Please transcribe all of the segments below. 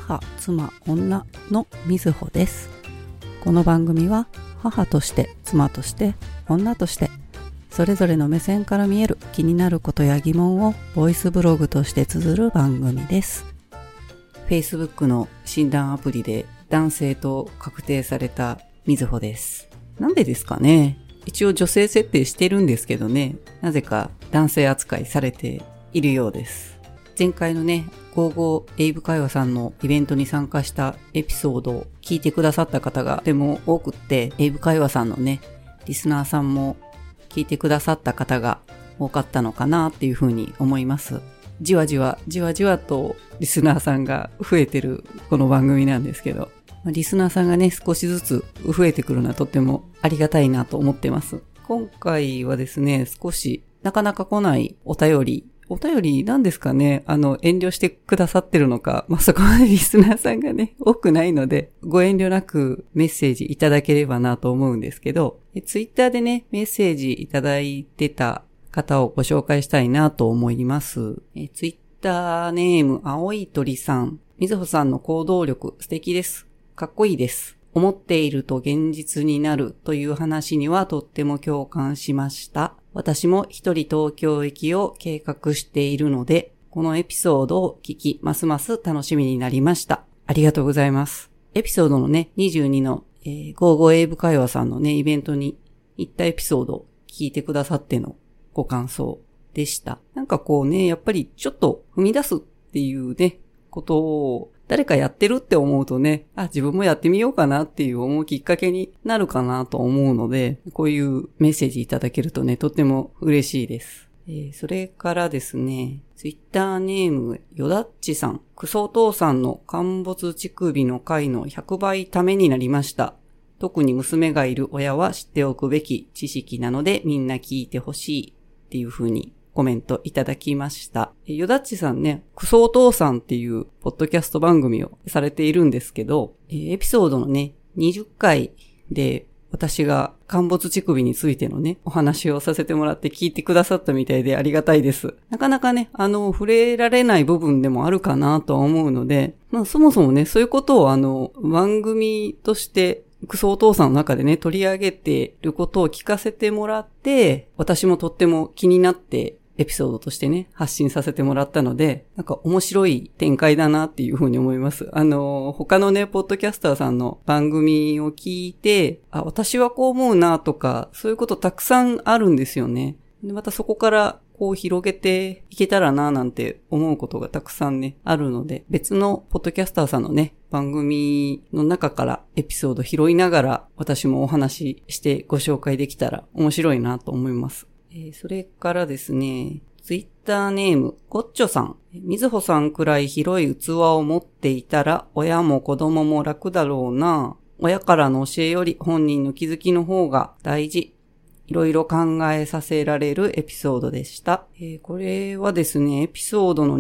母、妻、女のみずほです。この番組は母として、妻として、女として、それぞれの目線から見える気になることや疑問をボイスブログとして綴る番組です。Facebook の診断アプリで男性と確定されたみずほです。なんでですかね。一応女性設定してるんですけどね、なぜか男性扱いされているようです。前回のね、55エイブ会話さんのイベントに参加したエピソードを聞いてくださった方がとても多くって、エイブ会話さんのね、リスナーさんも聞いてくださった方が多かったのかなっていうふうに思います。じわじわとリスナーさんが増えてるこの番組なんですけど、リスナーさんがね、少しずつ増えてくるのはとってもありがたいなと思ってます。今回はですね、少しなかなか来ないお便りなんですかね、遠慮してくださってるのか、そこまでリスナーさんがね、多くないので、ご遠慮なくメッセージいただければなと思うんですけど、ツイッターでね、メッセージいただいてた方をご紹介したいなと思います。ツイッターネーム、青い鳥さん。みずほさんの行動力素敵です。かっこいいです。思っていると現実になるという話にはとっても共感しました。私も一人東京行きを計画しているので、このエピソードを聞き、ますます楽しみになりました。ありがとうございます。エピソードのね、22の、55エイブ会話さんのね、イベントに行ったエピソードを聞いてくださってのご感想でした。なんかこうね、やっぱりちょっと踏み出すっていうね、ことを誰かやってるって思うとね、自分もやってみようかなっていう思うきっかけになるかなと思うので、こういうメッセージいただけるとね、とっても嬉しいです。それからですね、ツイッターネームよだっちさん、クソお父さんの陥没乳首の回の100倍ためになりました。特に娘がいる親は知っておくべき知識なのでみんな聞いてほしいっていう風にコメントいただきました。よだっちさんね、クソお父さんっていうポッドキャスト番組をされているんですけど、エピソードのね、20回で私が陥没乳首についてのね、お話をさせてもらって聞いてくださったみたいでありがたいです。なかなかね、触れられない部分でもあるかなとは思うので、そもそもね、そういうことを番組としてクソお父さんの中でね、取り上げていることを聞かせてもらって、私もとっても気になってエピソードとしてね、発信させてもらったので、なんか面白い展開だなっていうふうに思います。他のね、ポッドキャスターさんの番組を聞いて、私はこう思うなとか、そういうことたくさんあるんですよね。で、またそこからこう広げていけたらななんて思うことがたくさんね、あるので、別のポッドキャスターさんのね、番組の中からエピソード拾いながら、私もお話ししてご紹介できたら面白いなと思います。それからですね、ツイッターネーム、ゴッチョさん。みずほさんくらい広い器を持っていたら、親も子供も楽だろうな。親からの教えより本人の気づきの方が大事。いろいろ考えさせられるエピソードでした。これはですね、エピソードの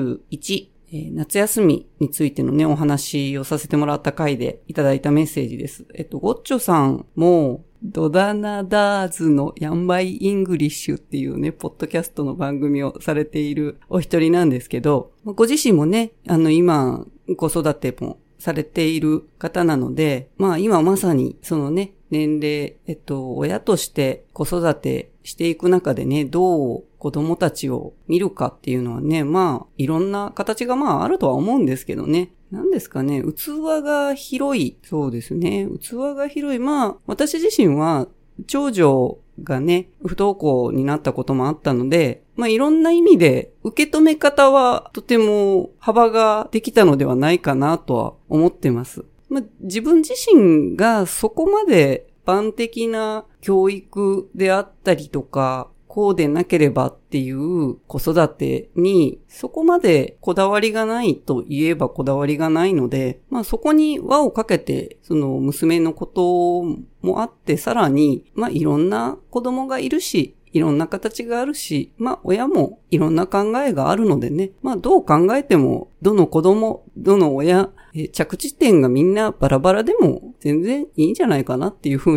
21、夏休みについてのね、お話をさせてもらった回でいただいたメッセージです。ゴッチョさんも、ドダナダーズのヤンマイイングリッシュっていうね、ポッドキャストの番組をされているお一人なんですけど、ご自身もね、今、子育てもされている方なので、今まさにそのね、年齢、親として子育てしていく中でね、どう子供たちを見るかっていうのはね、いろんな形があるとは思うんですけどね。何ですかね、器が広い。そうですね、器が広い。私自身は、長女がね、不登校になったこともあったので、いろんな意味で受け止め方はとても幅ができたのではないかなとは思ってます。自分自身がそこまで一般的な教育であったりとか、こうでなければっていう子育てにそこまでこだわりがないと言えばこだわりがないので、そこに輪をかけてその娘のこともあってさらに、いろんな子供がいるし、いろんな形があるし、親もいろんな考えがあるのでね、どう考えてもどの子供、どの親、着地点がみんなバラバラでも全然いいんじゃないかなっていうふうに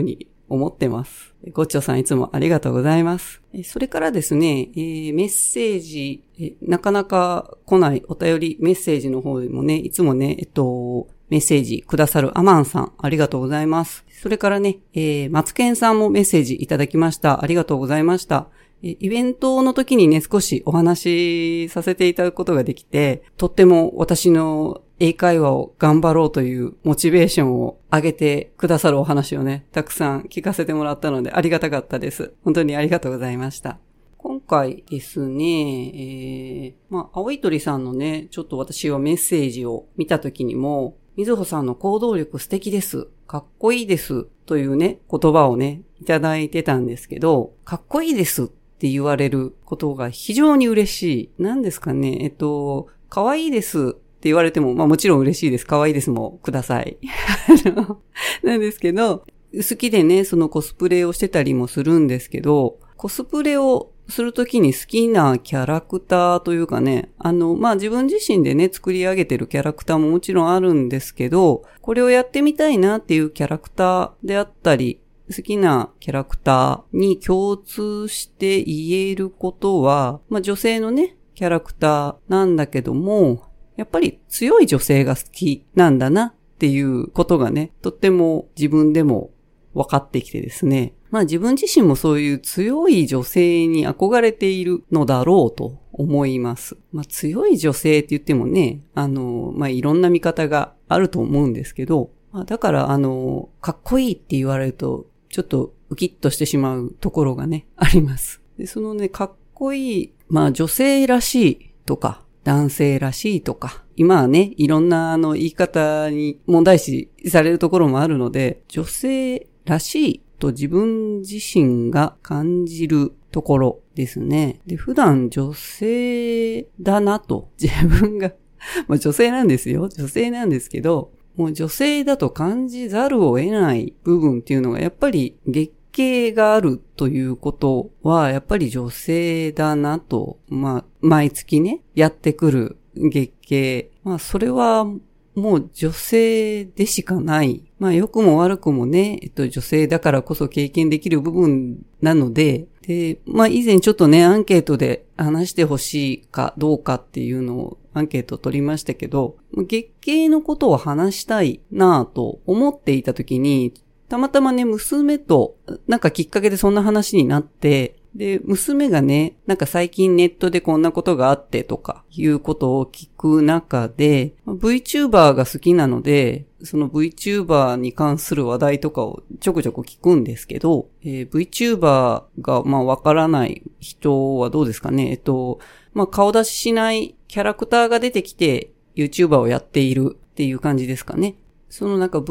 思ってます。ごっちょさんいつもありがとうございます。それからですね、メッセージ、なかなか来ないお便りメッセージの方でもね、いつもね、メッセージくださるアマンさん、ありがとうございます。それからね、マツケンさんもメッセージいただきました。ありがとうございました。イベントの時にね、少しお話しさせていただくことができて、とっても私の英会話を頑張ろうというモチベーションを上げてくださるお話をね、たくさん聞かせてもらったのでありがたかったです。本当にありがとうございました。今回ですね、青い鳥さんのね、ちょっと私はメッセージを見た時にも、みずほさんの行動力素敵です。かっこいいです。というね、言葉をね、いただいてたんですけど、かっこいいですって言われることが非常に嬉しい。何ですかね、可愛いですって言われても、もちろん嬉しいです。可愛いですもください。なんですけど、好きでね、そのコスプレをしてたりもするんですけど、コスプレをするときに好きなキャラクターというかね、自分自身でね、作り上げてるキャラクターももちろんあるんですけど、これをやってみたいなっていうキャラクターであったり、好きなキャラクターに共通して言えることは、女性のね、キャラクターなんだけども、やっぱり強い女性が好きなんだなっていうことがね、とっても自分でも分かってきてですね。自分自身もそういう強い女性に憧れているのだろうと思います。強い女性って言ってもね、いろんな見方があると思うんですけど、だからかっこいいって言われると、ちょっとウキッとしてしまうところがね、あります。で、そのね、かっこいい、女性らしいとか、男性らしいとか、今はね、いろんな言い方に問題視されるところもあるので、女性らしいと自分自身が感じるところですね。で、普段女性だなと自分が、女性なんですよ。女性なんですけど、もう女性だと感じざるを得ない部分っていうのがやっぱり月経があるということはやっぱり女性だなと、毎月ね、やってくる月経。それはもう女性でしかない。良くも悪くもね、女性だからこそ経験できる部分なので、で、以前ちょっとね、アンケートで話してほしいかどうかっていうのをアンケートを取りましたけど、月経のことを話したいなぁと思っていたときに、たまたまね、娘となんかきっかけでそんな話になって、で、娘がね、なんか最近ネットでこんなことがあってとかいうことを聞く中で、VTuber が好きなので、その VTuber に関する話題とかをちょくちょく聞くんですけど、VTuber がわからない人はどうですかね。顔出ししないキャラクターが出てきて YouTuber をやっているっていう感じですかね。そのなんか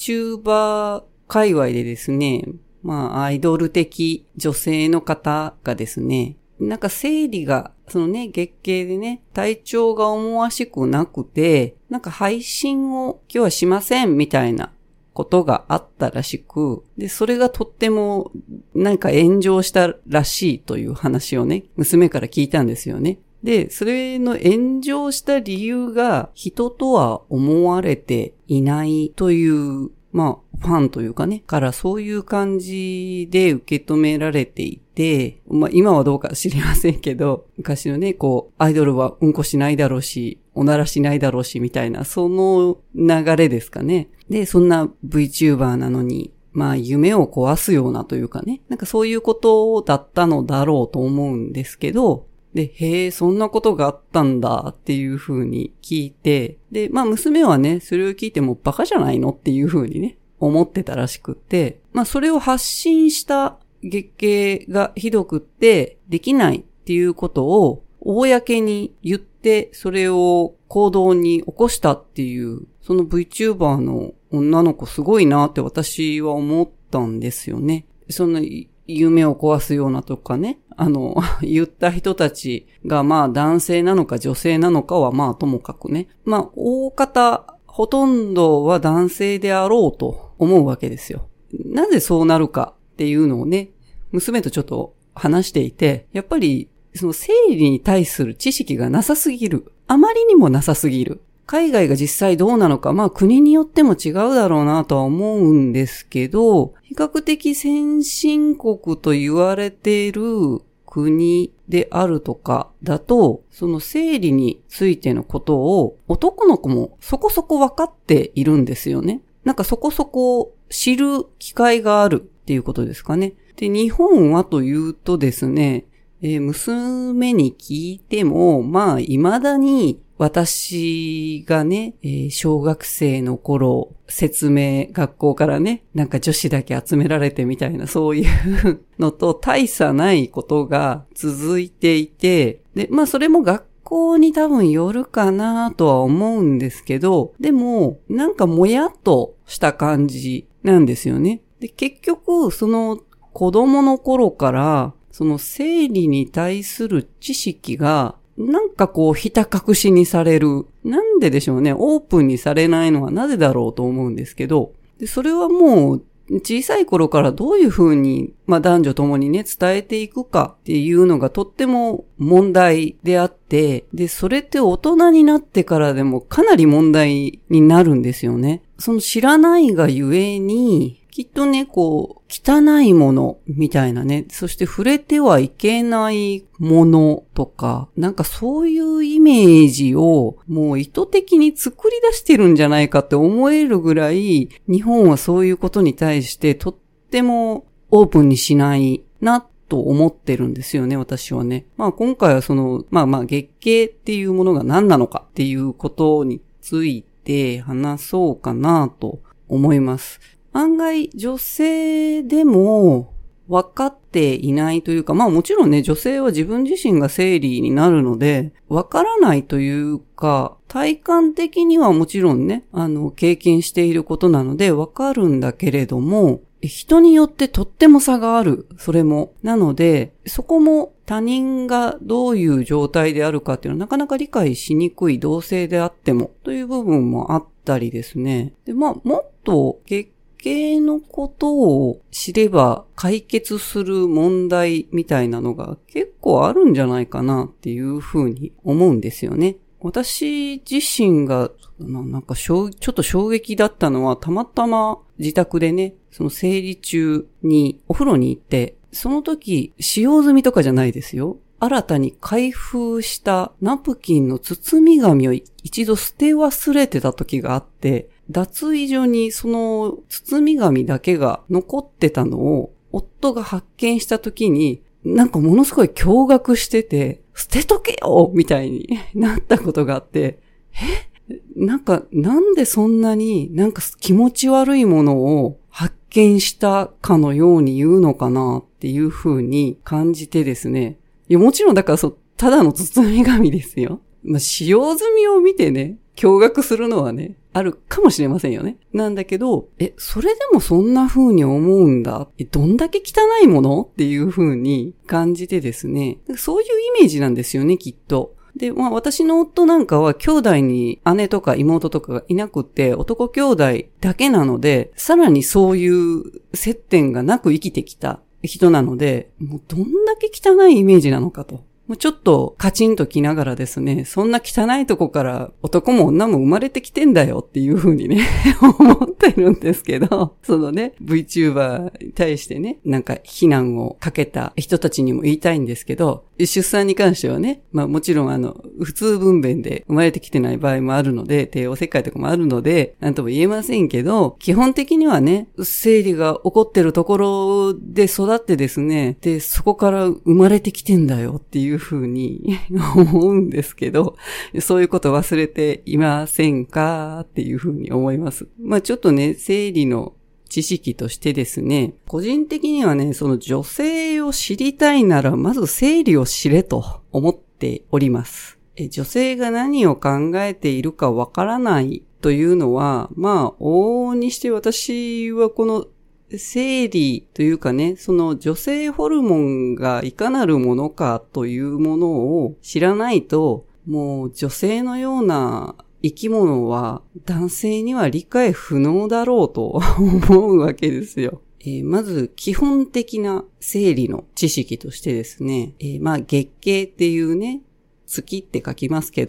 VTuber 界隈でですね、アイドル的女性の方がですね、なんか生理が、そのね、月経でね、体調が思わしくなくて、なんか配信を今日はしませんみたいなことがあったらしく、で、それがとってもなんか炎上したらしいという話をね、娘から聞いたんですよね。で、それの炎上した理由が人とは思われていないというファンというかね、からそういう感じで受け止められていて、今はどうか知りませんけど、昔のね、アイドルはうんこしないだろうし、おならしないだろうし、みたいな、その流れですかね。で、そんな VTuber なのに、夢を壊すようなというかね、なんかそういうことだったのだろうと思うんですけど、で、そんなことがあったんだっていう風に聞いて、で、娘はね、それを聞いてもバカじゃないのっていう風にね、思ってたらしくって、それを発信した月経がひどくってできないっていうことを公に言って、それを行動に起こしたっていう、その VTuber の女の子すごいなって私は思ったんですよね。その夢を壊すようなとかね、言った人たちが男性なのか女性なのかはともかくね、大方ほとんどは男性であろうと思うわけですよ。なぜそうなるかっていうのをね、娘とちょっと話していて、やっぱりその生理に対する知識がなさすぎる。あまりにもなさすぎる。 海外が実際どうなのか、まあ国によっても違うだろうなとは思うんですけど、比較的先進国と言われている国であるとかだと、その生理についてのことを男の子もそこそこ分かっているんですよね。なんかそこそこ知る機会があるっていうことですかね。で、日本はというとですね、娘に聞いても、まあ未だに私がね、小学生の頃、学校からね、なんか女子だけ集められてみたいな、そういうのと大差ないことが続いていて、で、まあそれも学校に多分よるかなとは思うんですけど、でも、なんかもやっとした感じなんですよね。で、結局、その子供の頃から、その生理に対する知識が、なんかこう、ひた隠しにされる。なんででしょうね。オープンにされないのはなぜだろうと思うんですけど。で、それはもう、小さい頃からどういうふうに、まあ男女ともにね、伝えていくかっていうのがとっても問題であって、で、それって大人になってからでもかなり問題になるんですよね。その知らないがゆえに、きっとね、こう、汚いものみたいなね、そして触れてはいけないものとか、なんかそういうイメージをもう意図的に作り出してるんじゃないかって思えるぐらい、日本はそういうことに対してとってもオープンにしないなと思ってるんですよね、私はね。まあ今回はその、月経っていうものが何なのかっていうことについて話そうかなと思います。案外女性でも分かっていないというか、まあもちろんね、女性は自分自身が生理になるので、分からないというか、体感的にはもちろんね、経験していることなので分かるんだけれども、人によってとっても差がある。それも。なので、そこも他人がどういう状態であるかっていうのはなかなか理解しにくい同性であってもという部分もあったりですね。で、まあもっと月経のことを知れば解決する問題みたいなのが結構あるんじゃないかなっていうふうに思うんですよね。私自身がなんかちょっと衝撃だったのは、たまたま自宅でね、その生理中にお風呂に行って、その時使用済みとかじゃないですよ。新たに開封したナプキンの包み紙を一度捨て忘れてた時があって、脱衣所にその包み紙だけが残ってたのを夫が発見した時に、なんかものすごい驚愕してて、捨てとけよみたいになったことがあって、なんでそんなになんか気持ち悪いものを発見したかのように言うのかなっていう風に感じてですね。いや、もちろんだからただの包み紙ですよ。まあ、使用済みを見てね、驚愕するのはね、あるかもしれませんよね。なんだけど、それでもそんな風に思うんだ。どんだけ汚いものっていう風に感じてですね。そういうイメージなんですよね、きっと。で、まあ私の夫なんかは兄弟に姉とか妹とかがいなくって男兄弟だけなので、さらにそういう接点がなく生きてきた人なので、もうどんだけ汚いイメージなのかと。もうちょっとカチンときながらですね、そんな汚いとこから男も女も生まれてきてんだよっていう風にね、思ってるんですけど、そのね、VTuber に対してね、なんか非難をかけた人たちにも言いたいんですけど、出産に関してはね、まあもちろん普通分娩で生まれてきてない場合もあるので、帝王切開とかもあるので、なんとも言えませんけど、基本的にはね、生理が起こってるところで育ってですね、で、そこから生まれてきてんだよっていう風に思うんですけど、そういうこと忘れていませんかっていう風に思います。まあちょっとね、生理の知識としてですね、個人的にはね、その女性を知りたいなら、まず生理を知れと思っております。女性が何を考えているかわからないというのは、まあ、往々にして私はこの生理というかね、その女性ホルモンがいかなるものかというものを知らないと、もう女性のような生き物は男性には理解不能だろうと思うわけですよ。まず基本的な生理の知識としてですね、まあ月経っていうね、月って書きますけど、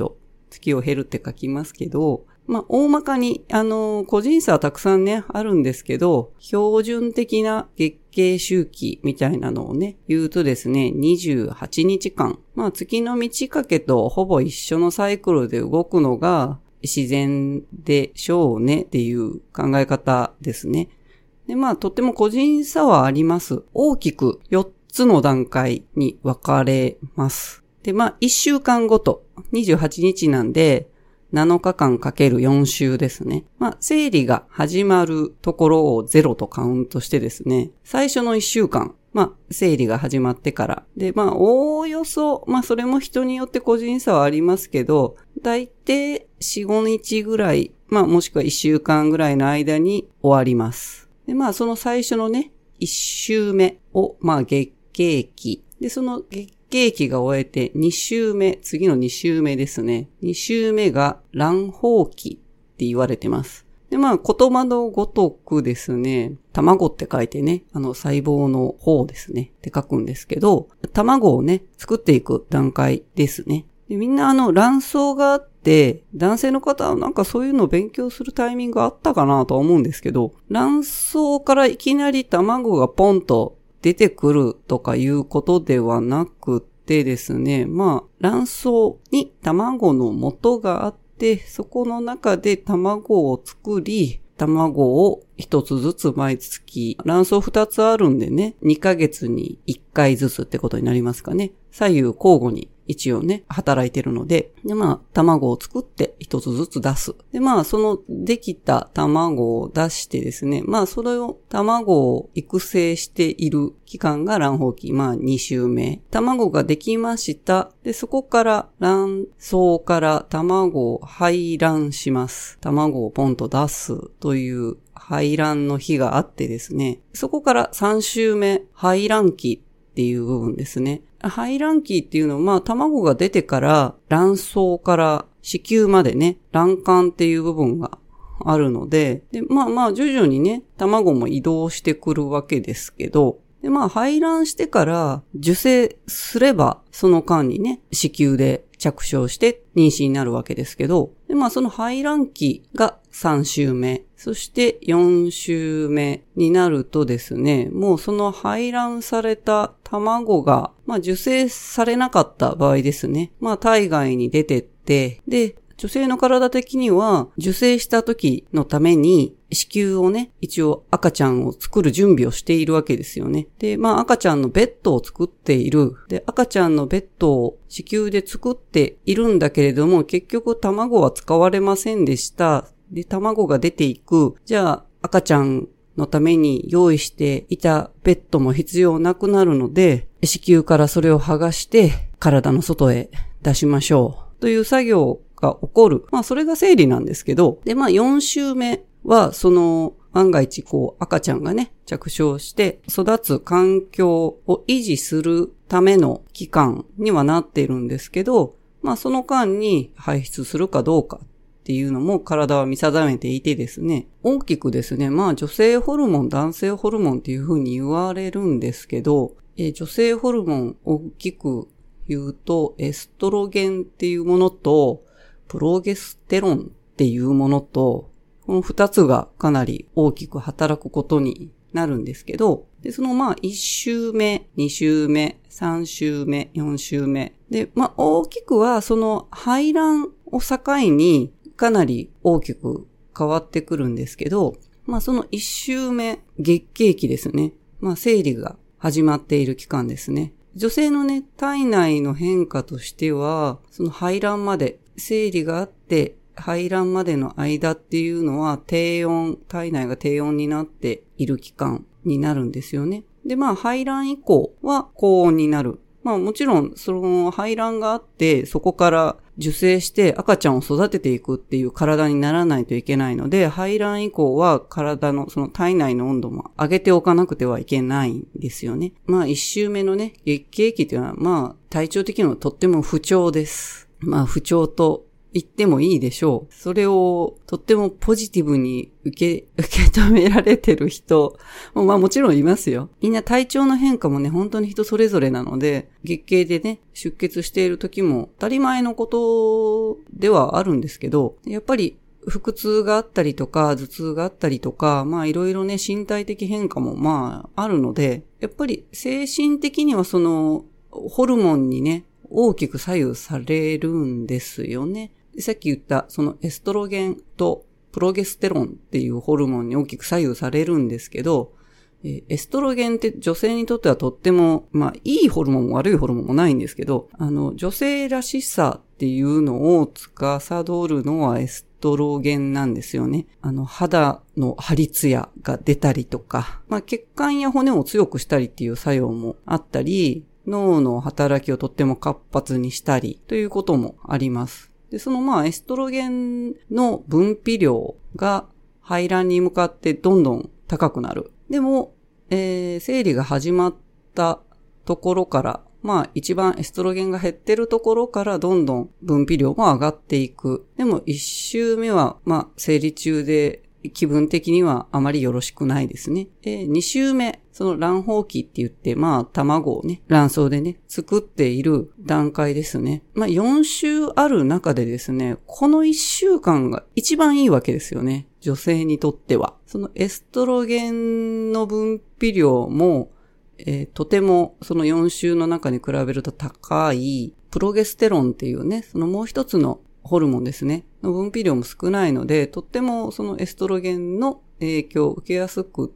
月を経るって書きますけど、大まかに、個人差はたくさんね、あるんですけど、標準的な月経周期みたいなのをね、言うとですね、28日間。月の満ち欠けとほぼ一緒のサイクルで動くのが自然でしょうねっていう考え方ですね。で、とっても個人差はあります。大きく4つの段階に分かれます。で、1週間ごと、28日なんで、7日間かける4週ですね。生理が始まるところを0とカウントしてですね、最初の1週間、生理が始まってから。で、おおよそ、それも人によって個人差はありますけど、だいたい4、5日ぐらい、もしくは1週間ぐらいの間に終わります。で、その最初のね、1週目を、月経期。で、その月経期が終えて2週目、次の2週目ですね。2週目が卵胞期って言われてます。で、言葉のごとくですね、卵って書いてね、細胞の胞ですね、って書くんですけど、卵をね、作っていく段階ですね。で、みんな卵巣があって、男性の方はなんかそういうのを勉強するタイミングがあったかなとは思うんですけど、卵巣からいきなり卵がポンと出てくるとかいうことではなくてですね、卵巣に卵の元があって、そこの中で卵を作り、卵を一つずつ毎月、卵巣2つあるんでね、2ヶ月に1回ずつってことになりますかね。左右交互に一応ね、働いてるので、で、卵を作って一つずつ出す。で、そのできた卵を出してですね、それを卵を育成している期間が卵胞期、2週目。卵ができました。で、そこから卵巣から卵を排卵します。卵をポンと出すという排卵の日があってですね、そこから3週目、排卵期っていう部分ですね。排卵期っていうのは、卵が出てから卵巣から子宮までね、卵管っていう部分があるので、で、徐々にね、卵も移動してくるわけですけど、で、排卵してから受精すれば、その間にね、子宮で着床して妊娠になるわけですけど、で、その排卵期が3週目、そして4週目になるとですね、もうその排卵された卵が、受精されなかった場合ですね、体外に出てって、で、女性の体的には受精した時のために子宮をね、一応赤ちゃんを作る準備をしているわけですよね。で、赤ちゃんのベッドを作っている。で、赤ちゃんのベッドを子宮で作っているんだけれども、結局卵は使われませんでした。で、卵が出ていく。じゃあ、赤ちゃんのために用意していたベッドも必要なくなるので、子宮からそれを剥がして体の外へ出しましょう。という作業が起こる。それが生理なんですけど、で、4週目は、万が一、赤ちゃんがね、着床して育つ環境を維持するための期間にはなっているんですけど、その間に排出するかどうかっていうのも体は見定めていてですね、大きくですね、女性ホルモン、男性ホルモンっていうふうに言われるんですけど、女性ホルモン大きく言うと、エストロゲンっていうものと、プロゲステロンっていうものと、この2つがかなり大きく働くことになるんですけど、で、その1週目、2週目、3週目、4週目。で、大きくはその排卵を境にかなり大きく変わってくるんですけど、その1週目、月経期ですね。生理が始まっている期間ですね。女性のね、体内の変化としては、その排卵まで、生理があって排卵までの間っていうのは低温、体内が低温になっている期間になるんですよね。で、排卵以降は高温になる。もちろん、その排卵があって、そこから受精して赤ちゃんを育てていくっていう体にならないといけないので、排卵以降は体のその体内の温度も上げておかなくてはいけないんですよね。一週目のね、月経期っていうのは、体調的にはとっても不調です。不調と言ってもいいでしょう。それをとってもポジティブに受け止められてる人ももちろんいますよ。みんな体調の変化もね、本当に人それぞれなので、月経でね、出血している時も当たり前のことではあるんですけど、やっぱり腹痛があったりとか、頭痛があったりとか、いろいろね、身体的変化もあるので、やっぱり精神的にはその、ホルモンにね、大きく左右されるんですよね。さっき言ったそのエストロゲンとプロゲステロンっていうホルモンに大きく左右されるんですけど、エストロゲンって女性にとってはとっても、いいホルモンも悪いホルモンもないんですけど、女性らしさっていうのを司るのはエストロゲンなんですよね。肌の張りツヤが出たりとか、血管や骨を強くしたりっていう作用もあったり、脳の働きをとっても活発にしたりということもあります。で、そのエストロゲンの分泌量が排卵に向かってどんどん高くなる。でも、生理が始まったところから、一番エストロゲンが減ってるところからどんどん分泌量も上がっていく。でも1週目は、生理中で気分的にはあまりよろしくないですね。2週目、その卵胞期って言って、卵をね、卵巣でね、作っている段階ですね。4週ある中でですね、この1週間が一番いいわけですよね。女性にとっては。そのエストロゲンの分泌量も、とてもその4週の中に比べると高いプロゲステロンっていうね、そのもう一つのホルモンですね。の分泌量も少ないので、とってもそのエストロゲンの影響を受けやすくって、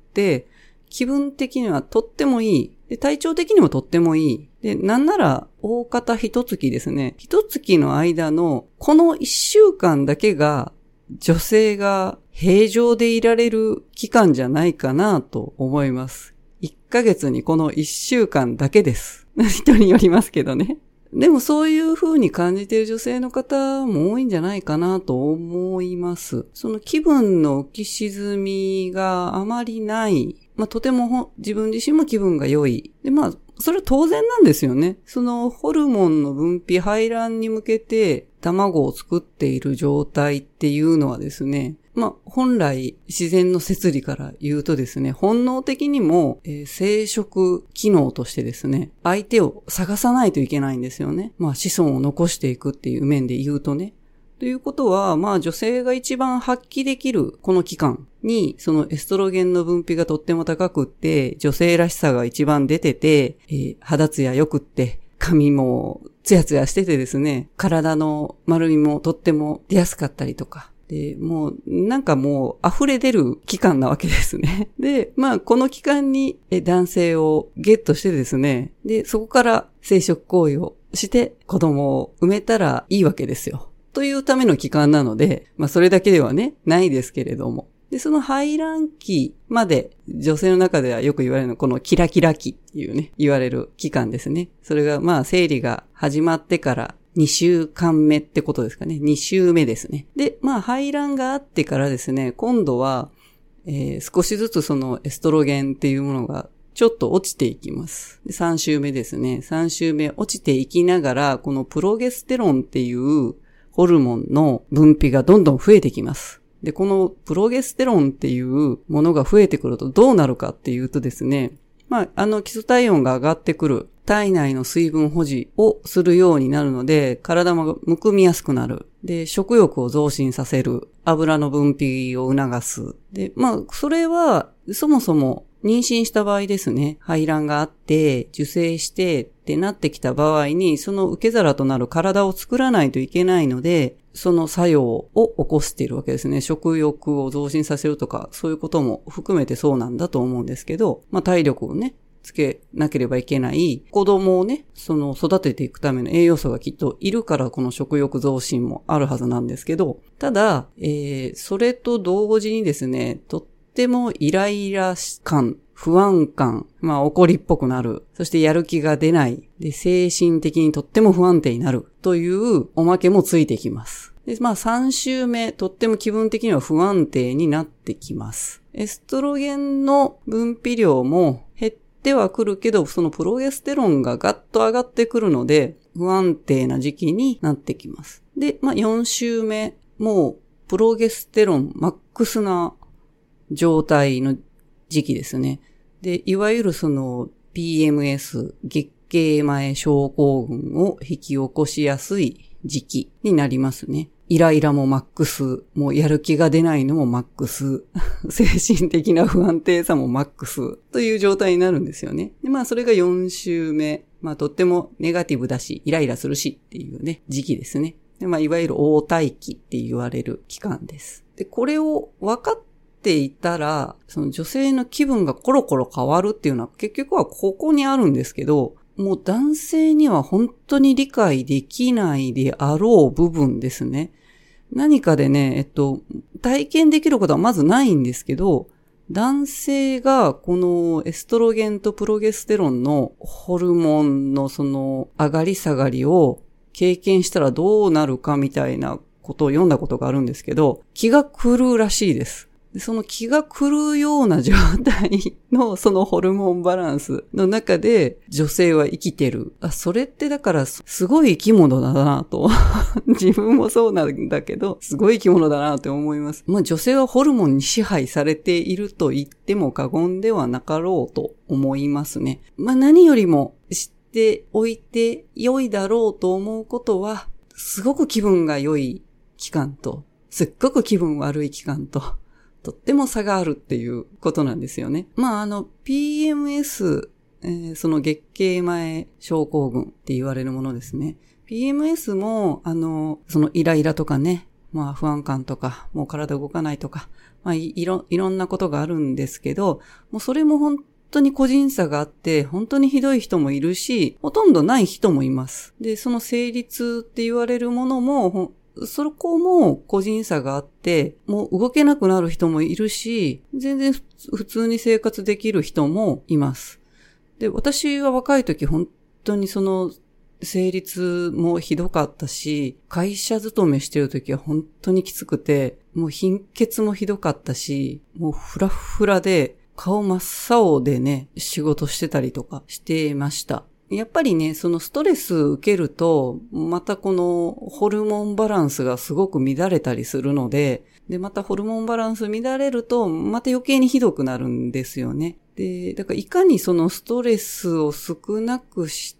気分的にはとってもいい。で、体調的にもとってもいい。で、なんなら大方一月ですね。一月の間のこの1週間だけが女性が平常でいられる期間じゃないかなと思います。1ヶ月にこの1週間だけです。人によりますけどね。でもそういう風に感じている女性の方も多いんじゃないかなと思います。その気分の浮き沈みがあまりない。とても自分自身も気分が良い。で、それは当然なんですよね。そのホルモンの分泌、排卵に向けて卵を作っている状態っていうのはですね、本来自然の摂理から言うとですね、本能的にも、生殖機能としてですね、相手を探さないといけないんですよね。子孫を残していくっていう面で言うとね。ということは、女性が一番発揮できるこの期間に、そのエストロゲンの分泌がとっても高くって、女性らしさが一番出てて、肌ツヤ良くって、髪もツヤツヤしててですね、体の丸みもとっても出やすかったりとか。で、もう溢れ出る期間なわけですね。で、この期間に男性をゲットしてですね、で、そこから生殖行為をして子供を産めたらいいわけですよ。というための期間なので、それだけではね、ないですけれども。で、その排卵期まで女性の中ではよく言われるのはこのキラキラ期っていうね、言われる期間ですね。それが生理が始まってから2週間目ってことですかね。2週目ですね。で、排卵があってからですね、今度は、少しずつそのエストロゲンっていうものがちょっと落ちていきます。で、3週目ですね。3週目落ちていきながら、このプロゲステロンっていうホルモンの分泌がどんどん増えてきます。で、このプロゲステロンっていうものが増えてくるとどうなるかっていうとですね、基礎体温が上がってくる。体内の水分保持をするようになるので、体もむくみやすくなる。で、食欲を増進させる。油の分泌を促す。で、それは、そもそも妊娠した場合ですね、排卵があって、受精してってなってきた場合に、その受け皿となる体を作らないといけないので、その作用を起こしているわけですね。食欲を増進させるとか、そういうことも含めてそうなんだと思うんですけど、体力をね、つけなければいけない子供をね、育てていくための栄養素がきっといるからこの食欲増進もあるはずなんですけど、ただ、それと同時にですね、とってもイライラ感、不安感、怒りっぽくなる。そしてやる気が出ない。で、精神的にとっても不安定になる。というおまけもついてきます。で、3週目、とっても気分的には不安定になってきます。エストロゲンの分泌量も減ってはくるけど、そのプロゲステロンがガッと上がってくるので、 不安定な時期になってきます。で、4週目、もうプロゲステロンマックスな状態の時期ですね。で、いわゆるその PMS、月経前症候群を引き起こしやすい時期になりますね。イライラもマックス、もうやる気が出ないのもマックス、精神的な不安定さもマックスという状態になるんですよね。で、それが4週目。とってもネガティブだし、イライラするしっていうね、時期ですね。で、いわゆる黄体期って言われる期間です。で、これを分かっていたら、その女性の気分がコロコロ変わるっていうのは結局はここにあるんですけど、もう男性には本当に理解できないであろう部分ですね。何かでね、体験できることはまずないんですけど、男性がこのエストロゲンとプロゲステロンのホルモンのその上がり下がりを経験したらどうなるかみたいなことを読んだことがあるんですけど、気が狂うらしいです。でその気が狂うような状態のそのホルモンバランスの中で女性は生きてる。それってだからすごい生き物だなと。自分もそうなんだけど、すごい生き物だなって思います。女性はホルモンに支配されていると言っても過言ではなかろうと思いますね。何よりも知っておいて良いだろうと思うことは、すごく気分が良い期間と、すっごく気分悪い期間と、とっても差があるっていうことなんですよね。PMS、その月経前症候群って言われるものですね。PMS も、そのイライラとかね、不安感とか、もう体動かないとか、いろんなことがあるんですけど、もうそれも本当に個人差があって、本当にひどい人もいるし、ほとんどない人もいます。で、その生理痛って言われるものも、そこも個人差があって、もう動けなくなる人もいるし、全然普通に生活できる人もいます。で、私は若い時本当にその生理痛もひどかったし、会社勤めしてる時は本当にきつくて、もう貧血もひどかったし、もうフラフラで顔真っ青でね、仕事してたりとかしてました。やっぱりね、そのストレス受けると、またこのホルモンバランスがすごく乱れたりするので、で、またホルモンバランス乱れると、また余計にひどくなるんですよね。で、だからいかにそのストレスを少なくして、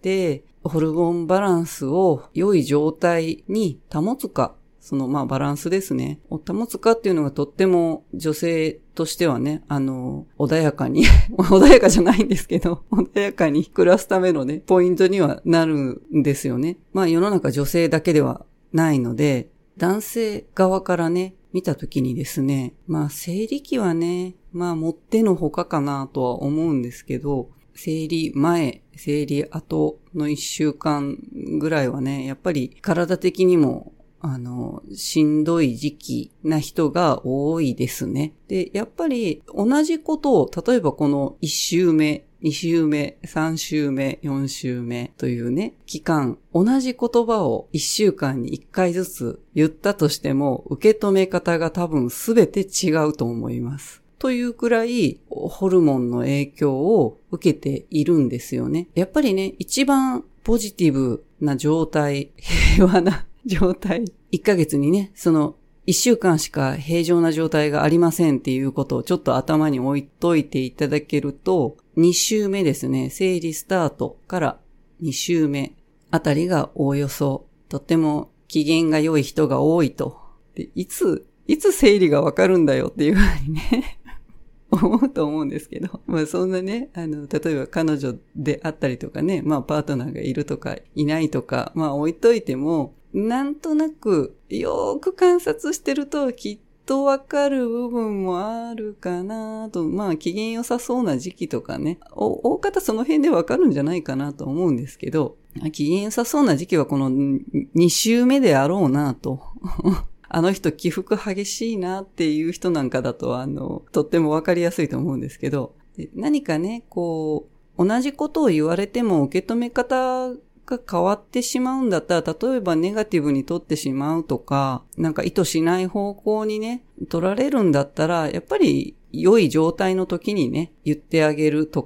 ホルモンバランスを良い状態に保つか、そのバランスですね。を保つかっていうのがとっても女性としてはね、穏やかに、穏やかじゃないんですけど、穏やかに暮らすためのね、ポイントにはなるんですよね。世の中女性だけではないので、男性側からね、見たときにですね、生理期はね、もってのほかかなとは思うんですけど、生理前、生理後の1週間ぐらいはね、やっぱり体的にもしんどい時期な人が多いですね。で、やっぱり同じことを、例えばこの1週目、2週目、3週目、4週目というね、期間、同じ言葉を1週間に1回ずつ言ったとしても、受け止め方が多分すべて違うと思います。というくらい、ホルモンの影響を受けているんですよね。やっぱりね、一番ポジティブな状態、平和な状態。1ヶ月にね、その1週間しか平常な状態がありませんっていうことをちょっと頭に置いといていただけると、2週目ですね、生理スタートから2週目あたりがおおよそとっても機嫌が良い人が多いと。で、いつ生理がわかるんだよっていうふうにね、思うと思うんですけど。そんなね、例えば彼女であったりとかね、パートナーがいるとかいないとか、置いといても、なんとなくよーく観察してるときっとわかる部分もあるかなと、機嫌良さそうな時期とかね、大方その辺でわかるんじゃないかなと思うんですけど、機嫌良さそうな時期はこの2週目であろうなと。あの人起伏激しいなっていう人なんかだととってもわかりやすいと思うんですけど、何かね、同じことを言われても受け止め方が変わってしまうんだったら、例えばネガティブに取ってしまうとか、なんか意図しない方向にね、取られるんだったら、やっぱり良い状態の時にね、言ってあげるとか、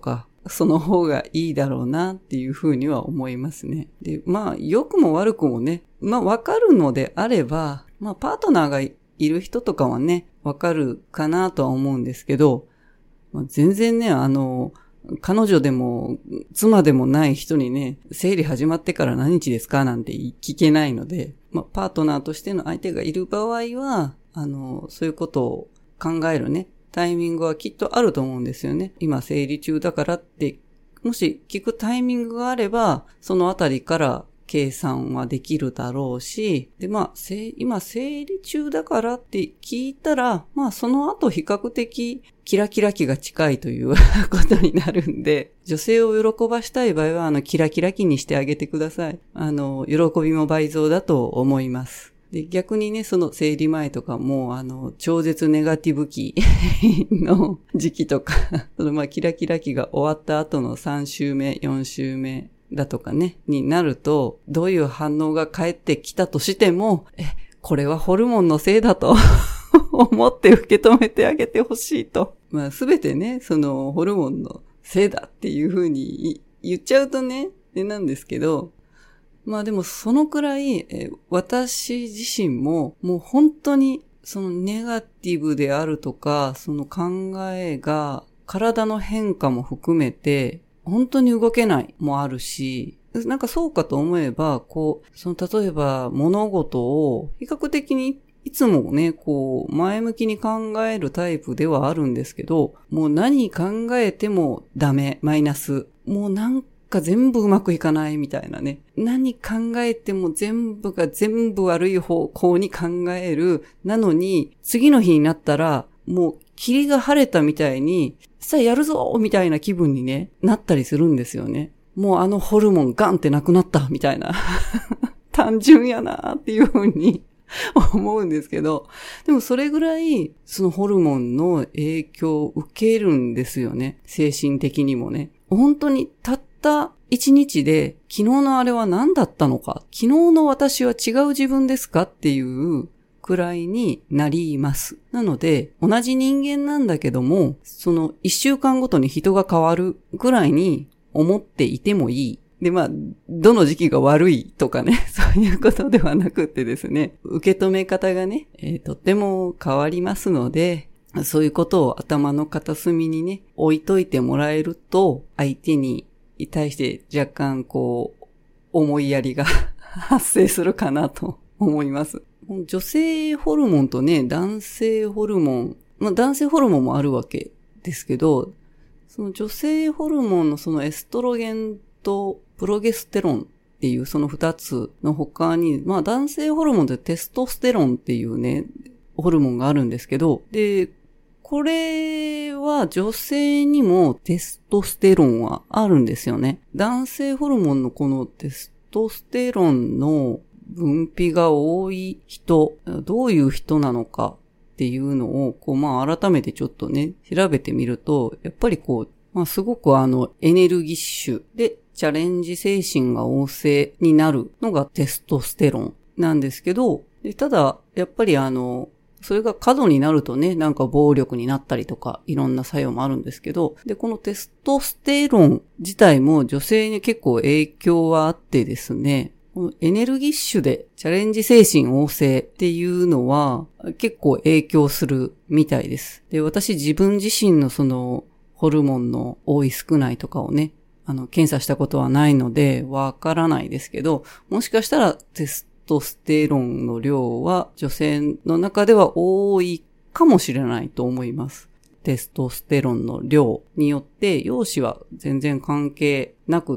その方がいいだろうなっていうふうには思いますね。で、良くも悪くもね、わかるのであれば、パートナーがいる人とかはね、わかるかなとは思うんですけど、全然ね、彼女でも妻でもない人にね、生理始まってから何日ですかなんて聞けないので、パートナーとしての相手がいる場合は、そういうことを考えるね、タイミングはきっとあると思うんですよね。今生理中だからって、もし聞くタイミングがあれば、そのあたりから計算はできるだろうし、で、今生理中だからって聞いたら、その後比較的キラキラ期が近いということになるんで、女性を喜ばしたい場合は、キラキラ期にしてあげてください。喜びも倍増だと思います。で、逆にね、その生理前とかも、超絶ネガティブ期の時期とか、キラキラ期が終わった後の3週目、4週目だとかね、になると、どういう反応が返ってきたとしても、これはホルモンのせいだと思って受け止めてあげてほしいと。すべてね、そのホルモンのせいだっていう風に言っちゃうとね、なんですけど、でもそのくらい、私自身ももう本当にそのネガティブであるとか、その考えが体の変化も含めて本当に動けないもあるし、なんかそうかと思えば、例えば物事を比較的にいつもね、前向きに考えるタイプではあるんですけど、もう何考えてもダメ、マイナス。もうなんか全部うまくいかないみたいなね。何考えても全部が全部悪い方向に考える。なのに、次の日になったら、もう霧が晴れたみたいに、さあやるぞみたいな気分にね、なったりするんですよね。もうホルモンガンってなくなったみたいな。単純やなっていう風に思うんですけど、でもそれぐらいそのホルモンの影響を受けるんですよね。精神的にもね。本当にたった一日で昨日のあれは何だったのか、昨日の私は違う自分ですかっていうくらいになります。なので同じ人間なんだけども、その一週間ごとに人が変わるくらいに思っていてもいい。で、どの時期が悪いとかね、そういうことではなくってですね、受け止め方がね、とっても変わりますので、そういうことを頭の片隅にね、置いといてもらえると、相手に対して若干思いやりが発生するかなと思います。女性ホルモンとね、男性ホルモン、男性ホルモンもあるわけですけど、その女性ホルモンのそのエストロゲンとプロゲステロンっていうその二つの他に、男性ホルモンでテストステロンっていうね、ホルモンがあるんですけど、で、これは女性にもテストステロンはあるんですよね。男性ホルモンのこのテストステロンの分泌が多い人、どういう人なのかっていうのを、改めてちょっとね、調べてみると、やっぱりすごくエネルギッシュでチャレンジ精神が旺盛になるのがテストステロンなんですけど、ただ、やっぱりそれが過度になるとね、なんか暴力になったりとか、いろんな作用もあるんですけど、で、このテストステロン自体も女性に結構影響はあってですね、エネルギッシュでチャレンジ精神旺盛っていうのは結構影響するみたいです。で、私自分自身のそのホルモンの多い少ないとかをね、検査したことはないのでわからないですけど、もしかしたらテストステロンの量は女性の中では多いかもしれないと思います。テストステロンの量によって容姿は全然関係なくって、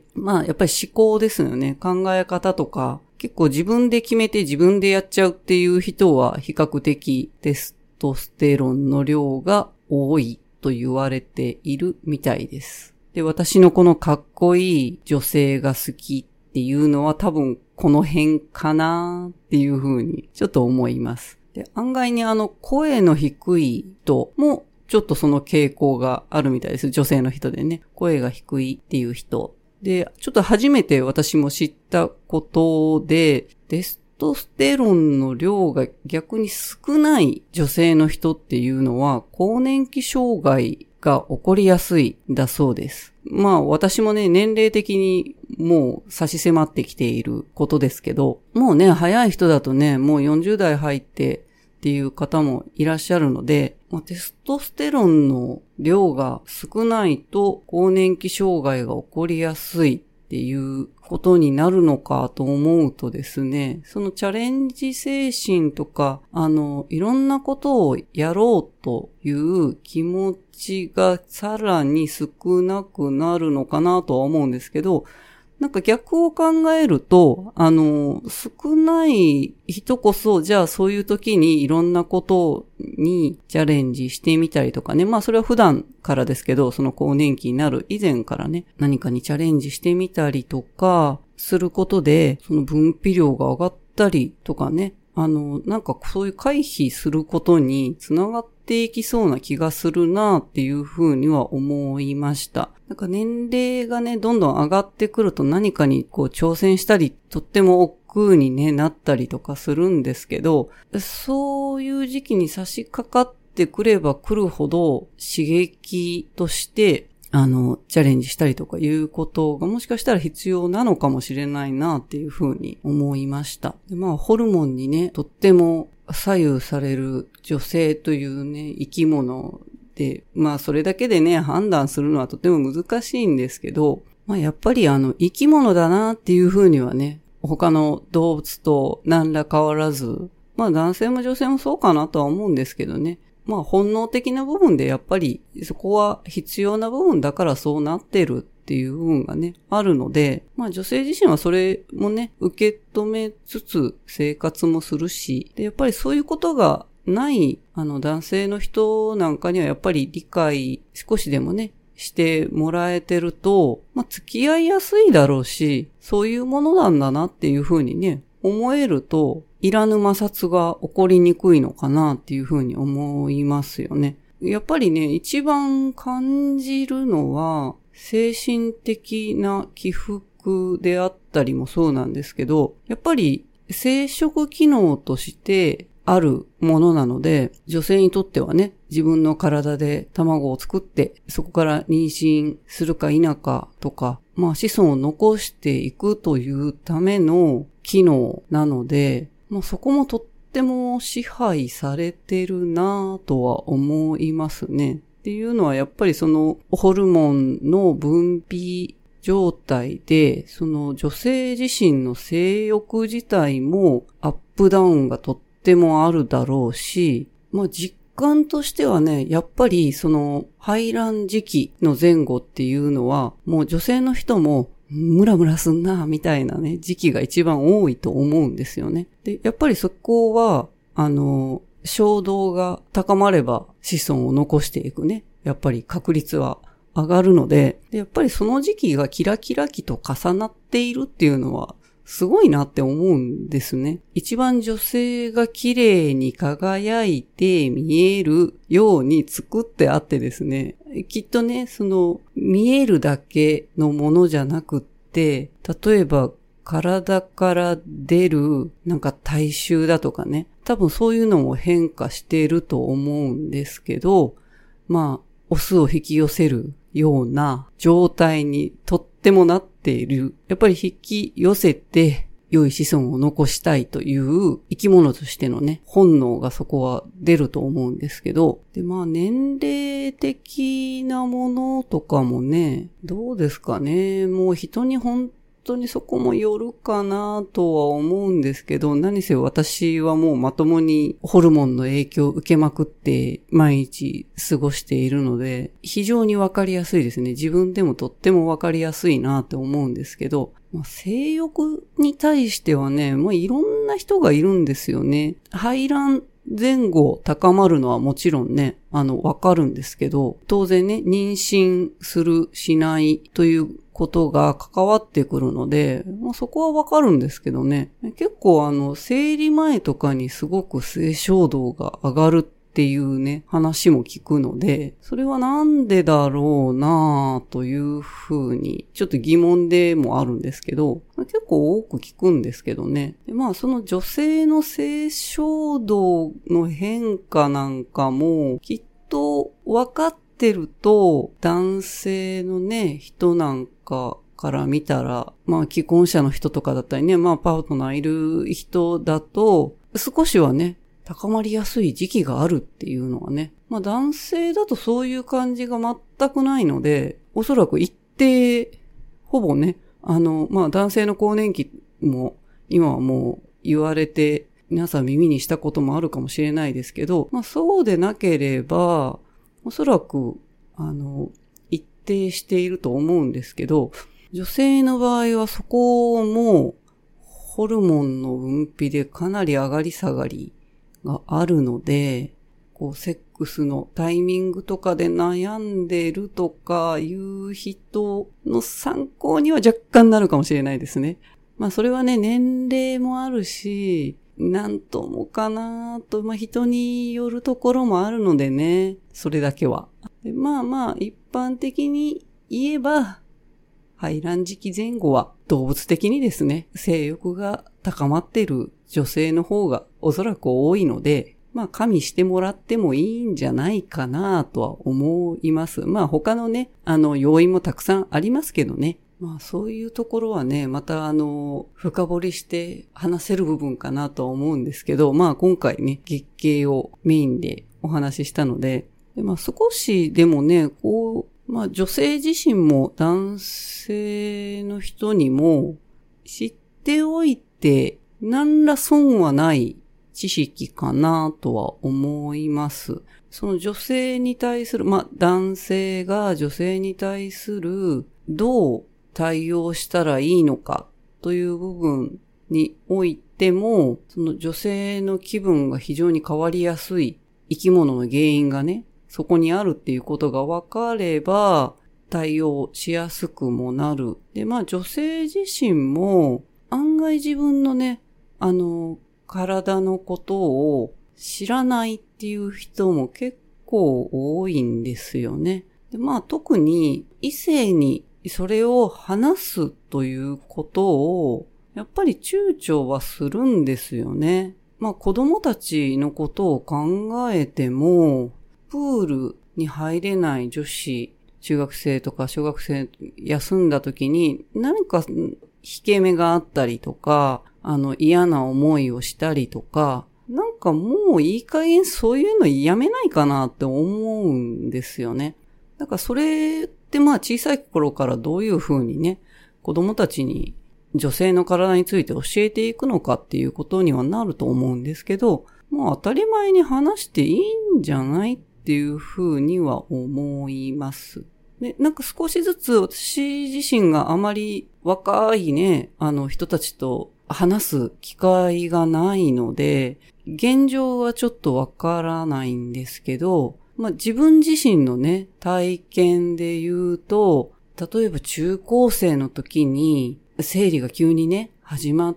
やっぱり思考ですよね。考え方とか、結構自分で決めて自分でやっちゃうっていう人は比較的テストステロンの量が多いと言われているみたいです。で、私のこのかっこいい女性が好きっていうのは多分この辺かなっていうふうにちょっと思います。で、案外に声の低い人もちょっとその傾向があるみたいです。女性の人でね。声が低いっていう人。で、ちょっと初めて私も知ったことで、テストステロンの量が逆に少ない女性の人っていうのは、更年期障害が起こりやすいんだそうです。まあ私もね、年齢的にもう差し迫ってきていることですけど、もうね、早い人だとね、もう40代入ってっていう方もいらっしゃるので、テストステロンの量が少ないと更年期障害が起こりやすいっていうことになるのかと思うとですね、そのチャレンジ精神とか、いろんなことをやろうという気持ちがさらに少なくなるのかなとは思うんですけど、なんか逆を考えると、少ない人こそ、じゃあそういう時にいろんなことにチャレンジしてみたりとかね。まあそれは普段からですけど、その更年期になる以前からね、何かにチャレンジしてみたりとかすることで、その分泌量が上がったりとかね、なんかそういう回避することにつながっていきそうな気がするなっていうふうには思いました。なんか年齢がね、どんどん上がってくると何かにこう挑戦したり、とっても億劫にね、なったりとかするんですけど、そういう時期に差し掛かってくればくるほど刺激として、チャレンジしたりとかいうことがもしかしたら必要なのかもしれないなっていうふうに思いました。で、まあ、ホルモンにね、とっても左右される女性というね、生き物で、まあ、それだけでね、判断するのはとても難しいんですけど、まあ、やっぱり生き物だなっていうふうにはね、他の動物と何ら変わらず、まあ、男性も女性もそうかなとは思うんですけどね。まあ本能的な部分でやっぱりそこは必要な部分だからそうなってるっていう部分がね、あるので、まあ女性自身はそれもね、受け止めつつ生活もするし、でやっぱりそういうことがない男性の人なんかにはやっぱり理解少しでもね、してもらえてると、まあ付き合いやすいだろうし、そういうものなんだなっていうふうにね、思えると、いらぬ摩擦が起こりにくいのかなっていうふうに思いますよね。やっぱりね、一番感じるのは、精神的な起伏であったりもそうなんですけど、やっぱり生殖機能としてあるものなので、女性にとってはね、自分の体で卵を作って、そこから妊娠するか否かとか、まあ子孫を残していくというための機能なので、まあそこもとっても支配されてるなぁとは思いますね。っていうのはやっぱりそのホルモンの分泌状態で、その女性自身の性欲自体もアップダウンがとってもあるだろうし、まあ実感としてはね、やっぱりその排卵時期の前後っていうのは、もう女性の人もムラムラすんなみたいなね、時期が一番多いと思うんですよね。で、やっぱりそこは、衝動が高まれば子孫を残していくね。やっぱり確率は上がるので、やっぱりその時期がキラキラ期と重なっているっていうのは、すごいなって思うんですね。一番女性が綺麗に輝いて見えるように作ってあってですね。きっとね、その見えるだけのものじゃなくって、例えば体から出るなんか体臭だとかね。多分そういうのも変化していると思うんですけど、まあ、オスを引き寄せるような状態にとってもなっている。やっぱり引き寄せて良い子孫を残したいという生き物としてのね、本能がそこは出ると思うんですけど。で、まあ年齢的なものとかもね、どうですかね。もう人に本当にそこもよるかなとは思うんですけど、何せ私はもうまともにホルモンの影響を受けまくって毎日過ごしているので、非常にわかりやすいですね。自分でもとってもわかりやすいなと思うんですけど、性欲に対してはね、いろんな人がいるんですよね。排卵前後高まるのはもちろんね、わかるんですけど、当然ね、妊娠する、しないということが関わってくるので、そこはわかるんですけどね。結構生理前とかにすごく性衝動が上がるっていうね、話も聞くので、それはなんでだろうなぁというふうに、ちょっと疑問でもあるんですけど、結構多く聞くんですけどね。でその女性の性衝動の変化なんかも、きっと分かっってると、男性のね、人なんかから見たら、まあ既婚者の人とかだったりね、まあパートナーいる人だと、少しはね、高まりやすい時期があるっていうのはね、まあ男性だとそういう感じが全くないので、おそらく一定、ほぼね、まあ男性の更年期も今はもう言われて、皆さん耳にしたこともあるかもしれないですけど、まあそうでなければ、おそらく、一定していると思うんですけど、女性の場合はそこもホルモンの分泌でかなり上がり下がりがあるので、こうセックスのタイミングとかで悩んでるとかいう人の参考には若干なるかもしれないですね。まあそれはね、年齢もあるし、なんともかなと、まあ人によるところもあるのでね、それだけは。でまあまあ一般的に言えば、排卵時期前後は動物的にですね、性欲が高まっている女性の方がおそらく多いので、まあ加味してもらってもいいんじゃないかなとは思います。まあ他のね、要因もたくさんありますけどね。まあそういうところはね、また深掘りして話せる部分かなとは思うんですけど、まあ今回ね、月経をメインでお話ししたので、まあ少しでもね、まあ女性自身も男性の人にも知っておいて何ら損はない知識かなとは思います。その女性に対する、まあ男性が女性に対するどう対応したらいいのかという部分においても、その女性の気分が非常に変わりやすい生き物の原因がね、そこにあるっていうことが分かれば対応しやすくもなる。で、まあ女性自身も案外自分のね、体のことを知らないっていう人も結構多いんですよね。で、まあ特に異性にそれを話すということをやっぱり躊躇はするんですよね。まあ子供たちのことを考えても、プールに入れない女子、中学生とか小学生休んだ時に何か引け目があったりとか、嫌な思いをしたりとか、なんかもういい加減そういうのやめないかなって思うんですよね。だからそれってまあ小さい頃からどういうふうにね、子供たちに女性の体について教えていくのかっていうことにはなると思うんですけど、もう当たり前に話していいんじゃないっていうふうには思います。で、なんか少しずつ私自身があまり若いね、人たちと話す機会がないので、現状はちょっとわからないんですけど、まあ自分自身のね、体験で言うと、例えば中高生の時に生理が急にね、始まって、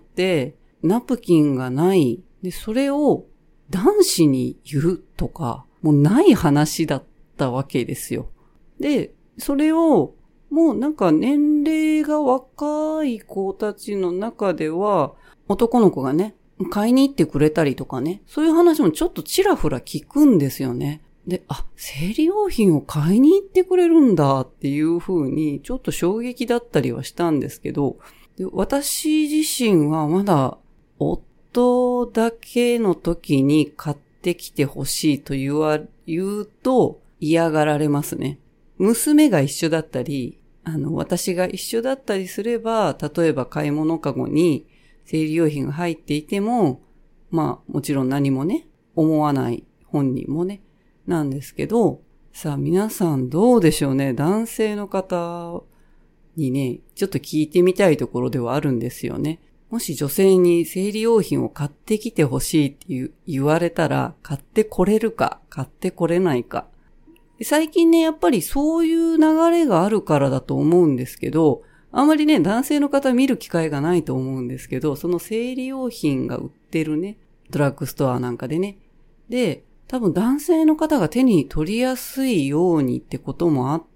ナプキンがない。で、それを男子に言うとか、もうない話だったわけですよ。で、それをもうなんか年齢が若い子たちの中では、男の子がね、買いに行ってくれたりとかね、そういう話もちょっとちらふら聞くんですよね。で、生理用品を買いに行ってくれるんだっていう風にちょっと衝撃だったりはしたんですけど、で私自身はまだ夫だけの時に買ってきてほしいと言うと嫌がられますね。娘が一緒だったり、私が一緒だったりすれば、例えば買い物かごに生理用品が入っていても、まあもちろん何もね、思わない本人もね、なんですけど、さあ皆さんどうでしょうね。男性の方にね、ちょっと聞いてみたいところではあるんですよね。もし女性に生理用品を買ってきてほしいって言われたら、買ってこれるか、買ってこれないか。最近ね、やっぱりそういう流れがあるからだと思うんですけど、あんまりね、男性の方見る機会がないと思うんですけど、その生理用品が売ってるね、ドラッグストアなんかでね。で、多分男性の方が手に取りやすいようにってこともあって、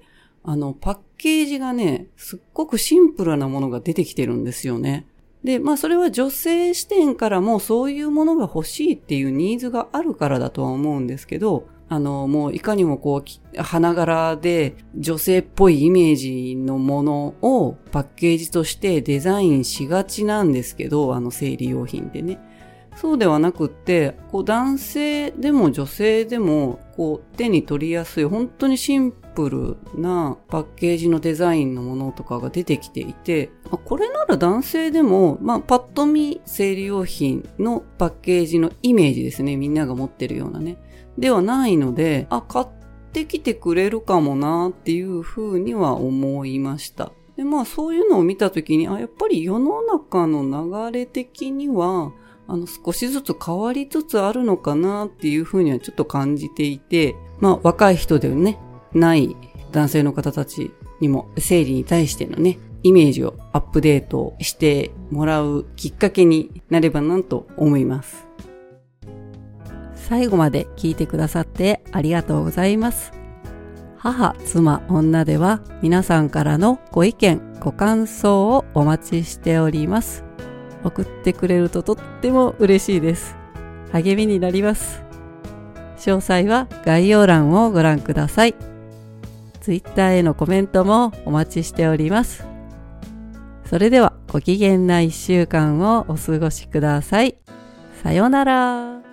パッケージがね、すっごくシンプルなものが出てきてるんですよね。で、まあそれは女性視点からもそういうものが欲しいっていうニーズがあるからだとは思うんですけど、 もういかにも花柄で女性っぽいイメージのものをパッケージとしてデザインしがちなんですけど、生理用品でね。そうではなくって、男性でも女性でも、手に取りやすい、本当にシンプルなパッケージのデザインのものとかが出てきていて、これなら男性でも、パッと見生理用品のパッケージのイメージですね。みんなが持ってるようなね。ではないので、買ってきてくれるかもなっていうふうには思いました。で、そういうのを見たときに、やっぱり世の中の流れ的には、少しずつ変わりつつあるのかなっていうふうにはちょっと感じていて、若い人でね、ない男性の方たちにも生理に対してのね、イメージをアップデートしてもらうきっかけになればなと思います。最後まで聞いてくださってありがとうございます。母、妻、女では皆さんからのご意見、ご感想をお待ちしております。送ってくれるととっても嬉しいです。励みになります。詳細は概要欄をご覧ください。Twitter へのコメントもお待ちしております。それではご機嫌な1週間をお過ごしください。さようなら。